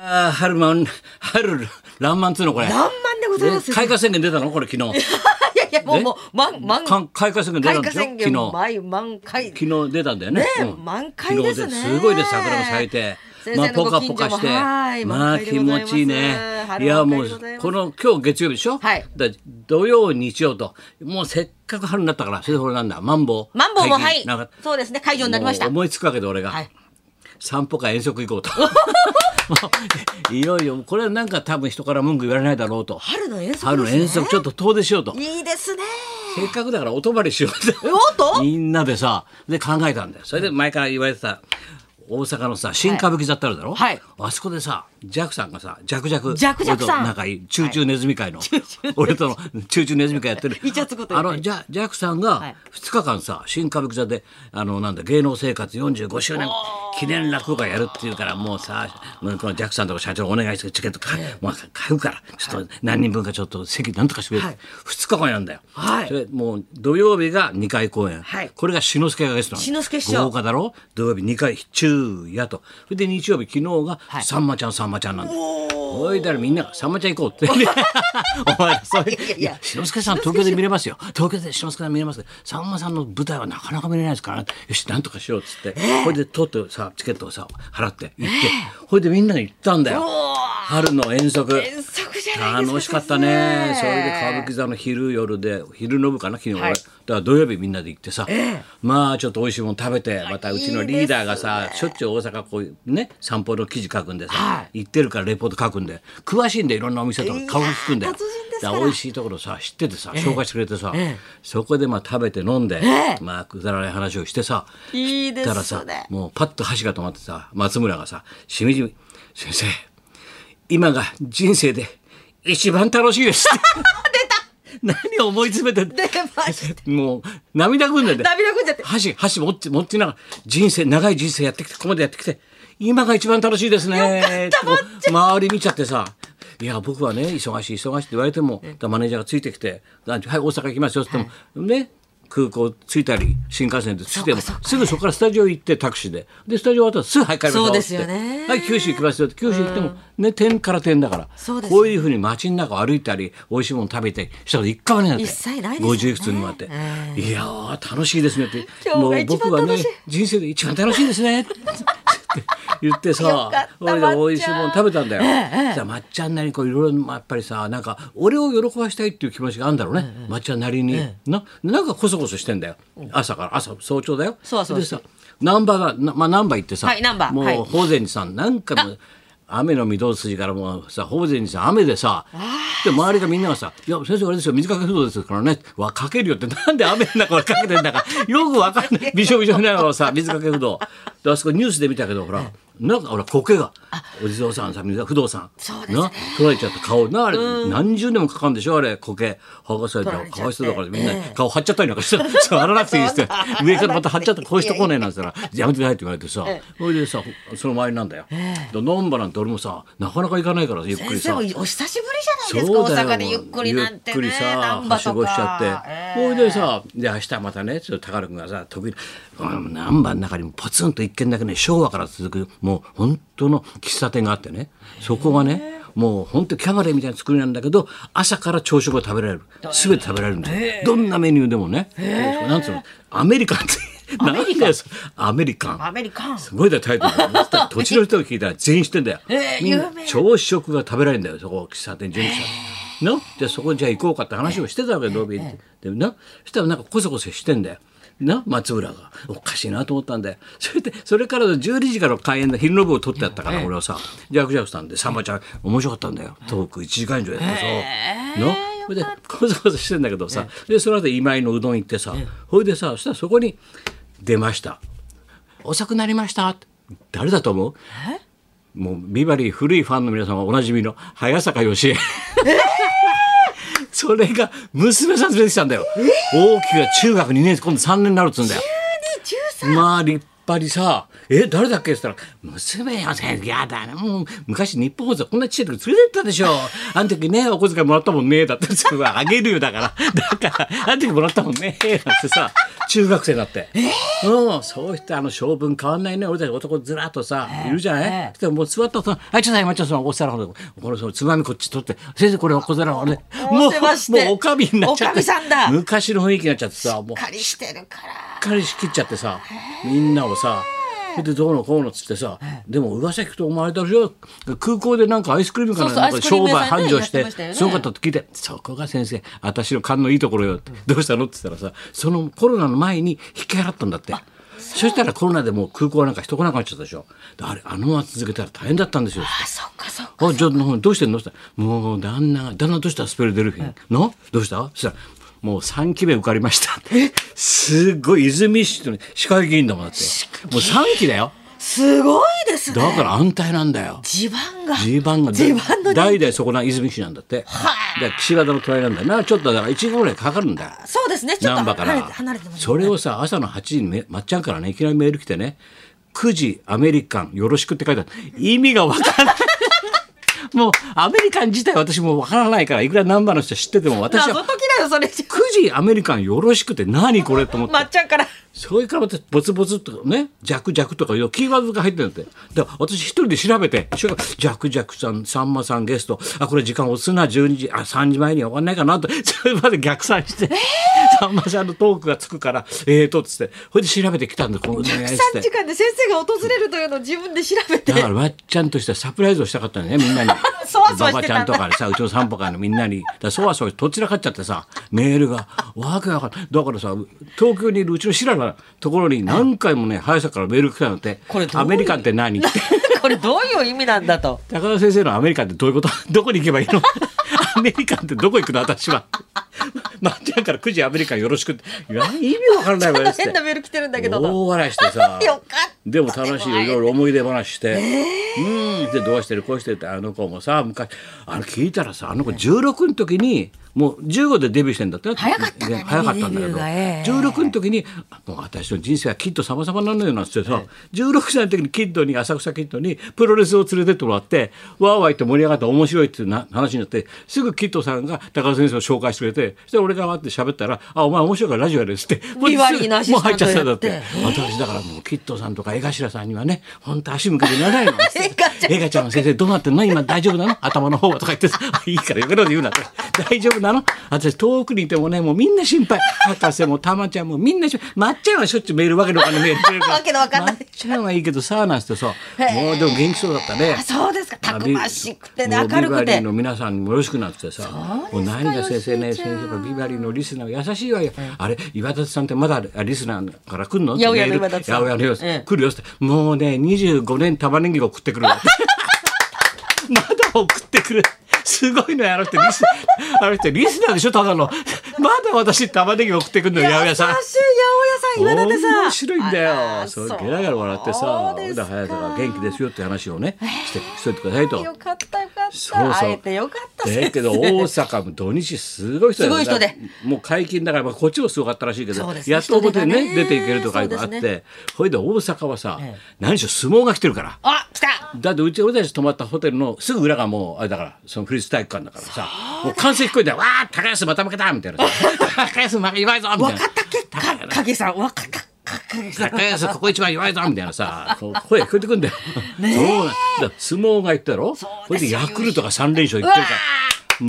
春らんまんつうのこれ。 らんまんでございます。 開花宣言出たのこれ昨日。 いやもう開花宣言出たんでしょ開花宣言満開。 昨日出たんだよね。 満開ですね。 すごいね桜が咲いて。ポカポカして、気持ちいいね。いやもう今日月曜日でしょ。土曜日曜ともうせっかく春になったからそれほどなんだマンボウもそうですね解除になりました。 思いつくわけで俺が散歩か遠足行こうと。いよいよこれはなんか多分人から文句言われないだろうと。 春の遠足春の遠足ちょっと遠出しようと。 いいですね。 せっかくだからお泊まりしようってみんなでさで考えたんだよ。それで前から言われてた大阪のさ新歌舞伎座ってあるだろ、あそこでさジャクさんがさジャクさん仲いいチューチューネズミ会の、俺とのチューチューネズミ会やってるジャクさんが2日間さ新歌舞伎座でなんだ芸能生活45周年記念落語会やるっていうからもうさこのジャクさんとか社長お願いしてチケット買うからちょっと何人分かちょっと席なんとかしてくれって2日間やるんだよ。それもう土曜日が2回公演、これが志の輔がゲストなの。豪華だろ。土曜日2回昼夜とそれで日曜日昨日がさんまちゃんなんだ。おいだらみんながさんまちゃん行こうってお前そういう志の輔さん東京で見れますよ。東京で志の輔さん見れますけどさんまさんの舞台はなかなか見れないですから、よしなんとかしようっつって、これで取ってさチケットをさ払って行ってこれでみんなで行ったんだよ。春の遠足楽しかったね。それで歌舞伎座の昼夜で昼の部かな昨日俺、だから土曜日みんなで行ってさ、まあちょっと美味しいもの食べてまたうちのリーダーがさしょっちゅう大阪こういうね散歩の記事書くんでさ、行ってるからレポート書くんで詳しいんでいろんなお店とか顔聞くんだよ。美味しいところさ知っててさ紹介してくれてさ、そこでまあ食べて飲んで、まあくだらない話をしてさ、 いいですね。 たらさもうパッと箸が止まってさ松村がさしみじみ先生今が人生で一番楽しいですって何を思い詰めてもう涙ぐんで箸持ってながら長い人生やってきてここまでやってきて今が一番楽しいですねって周り見ちゃってさ、いや僕はね忙しいって言われてもマネージャーがついてきてはい大阪行きますよって言っても、ね空港着いたり新幹線で着いてもすぐそこからスタジオ行ってタクシーでスタジオ終わったらすぐ帰りましょうって、はい九州行きますよって九州行ってもね点から点だからこういうふうに街の中を歩いたり美味しいもの食べてしたこと一回もないんだって50いくつにもあって、いやー楽しいですねってもう僕はね人生で一番楽しいですねって言ってさそれで美味しいもの食べたんだよ。さまっちゃんなりにこういろいろやっぱりさなんか俺を喜ばしたいっていう気持ちがあるんだろうね、まっちゃんなりに、なんかこそこそしてんだよ、朝早朝だよ。でさ難波行ってさ、もう法然寺さんなんかもう雨の御堂筋からもうさ法然寺さん雨でさで周りがみんながさ「いや先生あれですよ水かけ不動ですからねかけるよ」ってなんで雨の中かけてんだかよくわかんないびしょびしょにながらさ水かけ不動であそこニュースで見たけどほらなんか苔がお地蔵さんさ不動産な取られちゃった顔なあれ何十年もかかるんでしょあれ苔剥がされたらかわいそうだからみんな顔張っちゃったりなんかしてそう洗わなくていいって上からまた張っちゃったこうしてこねえなんて言ったらやめてくださいって言われてさそれでさその周りなんだよ。難波なんて俺もさなかなか行かないからゆっくりさ先生もお久しぶりじゃないですか大阪でゆっくりなんてねゆっくりさはしごしちゃってそれでさで明日またね高野君がさ得意難波の中にもポツンと一軒だけね昭和から続くもう本当の喫茶店があってねそこがねもう本当キャバレーみたいな作りなんだけど朝から朝食が食べられる全て食べられるんでどんなメニューでもねなんつうのアメリカンってアメリカンすごいだよタイトル土地の人が聞いたら全員知ってんだよ、朝食が食べられるんだよそこ喫茶店純喫茶のでそこじゃあ行こうかって話をしてたわけロビーでなそしたらなんかコソコソしてんだよな松浦がおかしいなと思ったんでそれから12時からの開演の昼の部を撮ってやったから俺はさジャクさんでさんまちゃん面白かったんだよトーク1時間以上やってさのそれでコソコソしてんだけどさでその後今井のうどん行ってさそれでさそしたらそこに出ました遅くなりましたって誰だと思う？もうビバリー古いファンの皆さんはおなじみの早坂義恵それが娘さん連れてきたんだよ。大きくが中学2年今度3年になるっつうんだよ。まあ立派にさ誰だっけって言ったら娘よ先生やだなもう昔日本放送こんなちっちゃい時連れてったでしょあの時ねお小遣いもらったもんねだってあげるよだからあの時もらったもんねなんてさ中学生になって、そういった性分変わんないね。俺たち男ずらっとさ、いるじゃない。そしたらもう座ったと、はい、ちょっと今ちょっとお皿ほど、このつまみこっち取って、先生これお小皿をね、もうおかみになっちゃって、昔の雰囲気になっちゃってさ、もうしっかりしてるから。 しっかり仕切っちゃってさ、みんなをさ。でどうのこうのっつってさ、でも噂聞くとお前あれだろ、空港でなんかアイスクリームかなんか商売繁盛してすごかったって聞いて、そこが先生私の勘のいいところよって、どうしたのって言ったらさ、そのコロナの前に引き払ったんだって。そしたらコロナでもう空港なんか人来なくなっちゃったでしょ。あのまま続けたら大変だったんですよ。 そっかそっか。 じゃあどうしてんのって言ったら、もう旦那どうしたスペルデルフィンのどうしたそしたらもう3期目受かりました。すっごい泉市の市会議員だもんだって。もう3期だよ。 すごいですね。 だから安泰なんだよ。 地盤が代々そこな泉市なんだって。で岸和田の隣なんだよな。ちょっとだから1時間ぐらいかかるんだよ。 そうですね。ちょっと離れてます。それをさ朝の8時にまっちゃんからねいきなりメール来てね、9時アメリカンよろしくって書いてある。意味がわからない。もうアメリカン自体私もわからないから、いくらナンバーの人知ってても私は9時アメリカンよろしくって何これと思って。 まっちゃんからそれからまたボツボツとかね、ジャクジャクとかいうキーワードが入ってるんだって。だから私一人で調べて、ジャクジャクさん、さんまさんゲスト、これ時間押すな、12時、3時前には終わんないかなと、それまで逆算して、さんまさんのトークがつくから、つって、それで調べてきたんで、 逆算時間で先生が訪れるというのを自分で調べて。 だからまっちゃんとしてはサプライズをしたかったんだよね、みんなに。 そわそわしてたんだ。 馬場ちゃんとかでさ、うちの散歩会のみんなに、そわそわとっちらかっちゃってさ、メールが、わけわかんない。だからさ、東京にいるうちの知らないところに何回もね、早さからメール来たのって、アメリカンって何って。 これどういう意味なんだと。 高田先生のアメリカンってどういうこと？どこに行けばいいの？アメリカンってどこ行くの私は。まっちゃんから9時アメリカンよろしくって。意味わからないわよって。 変なメール来てるんだけど。 大笑いしてさ。 よかった。 でも楽しいよ、いろいろ思い出話して。でどうしてるこうしてるってあの子もさ、昔聞いたらさ、あの子16の時にもう15でデビューしてんだって。 早かったんだね。 早かったんだけど、16の時にもう私の人生はきっと様々なのよなんてさ、16歳の時にキッドに浅草キッドにプロレスを連れてってもらって、わーわー言って盛り上がって面白いっていう話になって、すぐキッドさんが高田先生を紹介してくれて、そしたら俺が待って喋ったら、お前面白いからラジオやれっつって、もう入っちゃったんだって。私だからもうキッドさんとか江頭さんにはね、本当足向けてならないの。江頭ちゃんの先生どうなってんの今大丈夫なの頭の方はとか言ってさ、いいからよけろで言うなと。大丈夫なの私遠くにいてもね、もうみんな心配。博士もたまちゃんもみんな心配。まっちゃんはしょっちゅうメールわけのわかんないメールくれるから。 わけのわかんない。 まっちゃんはいいけどさ、なんつってさ、もうでも元気そうだったね。 そうですか。たくましくてね、明るくて。 ビバリーの皆さんにもよろしくなってさ、もう何が先生ね、先生がビバリーのリスナー優しいわよ。あれ岩立さんってまだリスナーから来るの？ 八百屋の岩立さん。 八百屋の来るよって。もうね25年玉ねぎを送ってくるわ。まだ送ってくる。すごいのよ、あの人リスナーでしょ、ただの。まだ私玉ねぎ送ってくるのよ、八百屋さん。 優しい八百屋さん、岩立さん。 面白いんだよ。そうゲラゲラ笑ってさ、早さが元気ですよって話をねしといてくださいと。 よかったよかった。 そう会えてよかった。 だけど大阪も土日すごい人すごい人で、 もう解禁だから、こっちもすごかったらしいけど、やっと表にね出ていけるとかいうのがあって、ほいで大阪はさ、何しろ相撲が来てるから。 来た。 だって俺たち泊まったホテルのすぐ裏がもうあれだから、その府立体育館だからさ、もう歓声聞こえて、わー高安また負けたみたいなさ、高安負け弱いぞみたいな。 分かったっけ影さん分かった。 高安ここ一番弱いぞみたいなさ、声聞こえてくんだよ。そうだ、相撲が言ったろ。それでヤクルトが3連勝いってるから。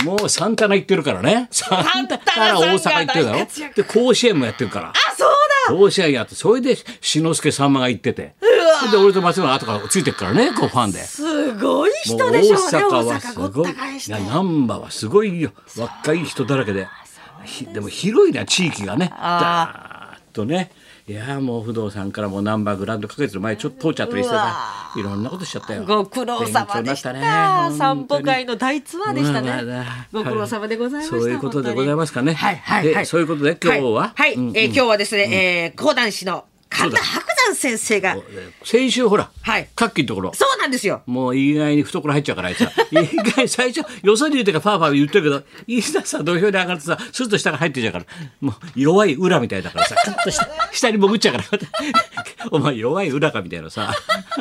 もうサンタナ行ってるからね。サンタナ大阪行ってるだろ。で甲子園もやってるから。 そうだ。 甲子園やって、それで志の輔さんまが行ってて。で俺と松村後からついてるからね、こうファンで。 すごい人でしょうね。 大阪はすごい。難波はすごいよ。若い人だらけで。でも広いな地域がね。だーっとね。いやもう不動産からもナンバーグランドか月の前ちょっと通っちゃったりしてた、いろんなことしちゃったよ。 ご苦労様でした。散歩会の大ツアーでしたね。ご苦労様でございました。 そういうことでございますかね。 はい。 そういうことで今日は今日はですね、講談師の神田伯山先生が先週ほら各期のところ、 そうなんですよ。 もう意外に懐入っちゃうからあいつは意外最初よそに言うてかファーファー言ってるけど、いざさ土俵に上がってさスッと下が入ってちゃうから、もう弱い裏みたいだからさ、ちょっと下に潜っちゃうからお前弱い裏かみたいなさ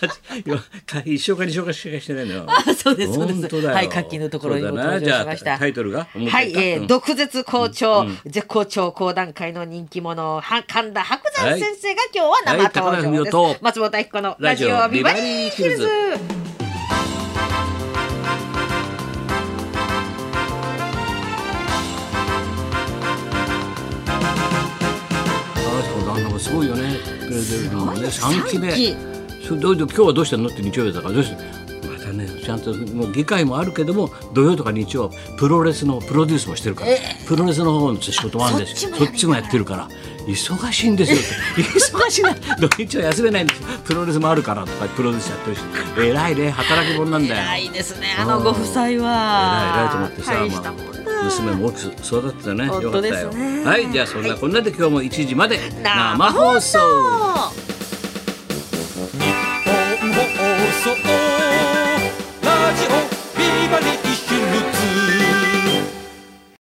1週間2週間しかしてないのよ。 そうですそうです。 本当だよ。 はい、夏季のところにも登場しました。 タイトルがはい、毒舌校長、絶好調講談会の人気者神田伯山先生が今日は生登場です。松本明子のラジオビバリーヒルズ。 すごいよね。プレゼントもね3期目。今日はどうしたのって日曜日だからどうしてまたねちゃんともう議会もあるけども土曜とか日曜プロレスのプロデュースもしてるから、プロレスの方の仕事もあるんです。そっちもやってるから忙しいんですよって忙しいな土日は休めないんですよプロレスもあるからとかプロデュースやってるし偉いね働き者なんだよ。 偉いですねご夫妻は。 偉いと思ってさ、娘も大きく育ってたね。よかったよ。はい、じゃあそんなこんなで今日も1時まで生放送。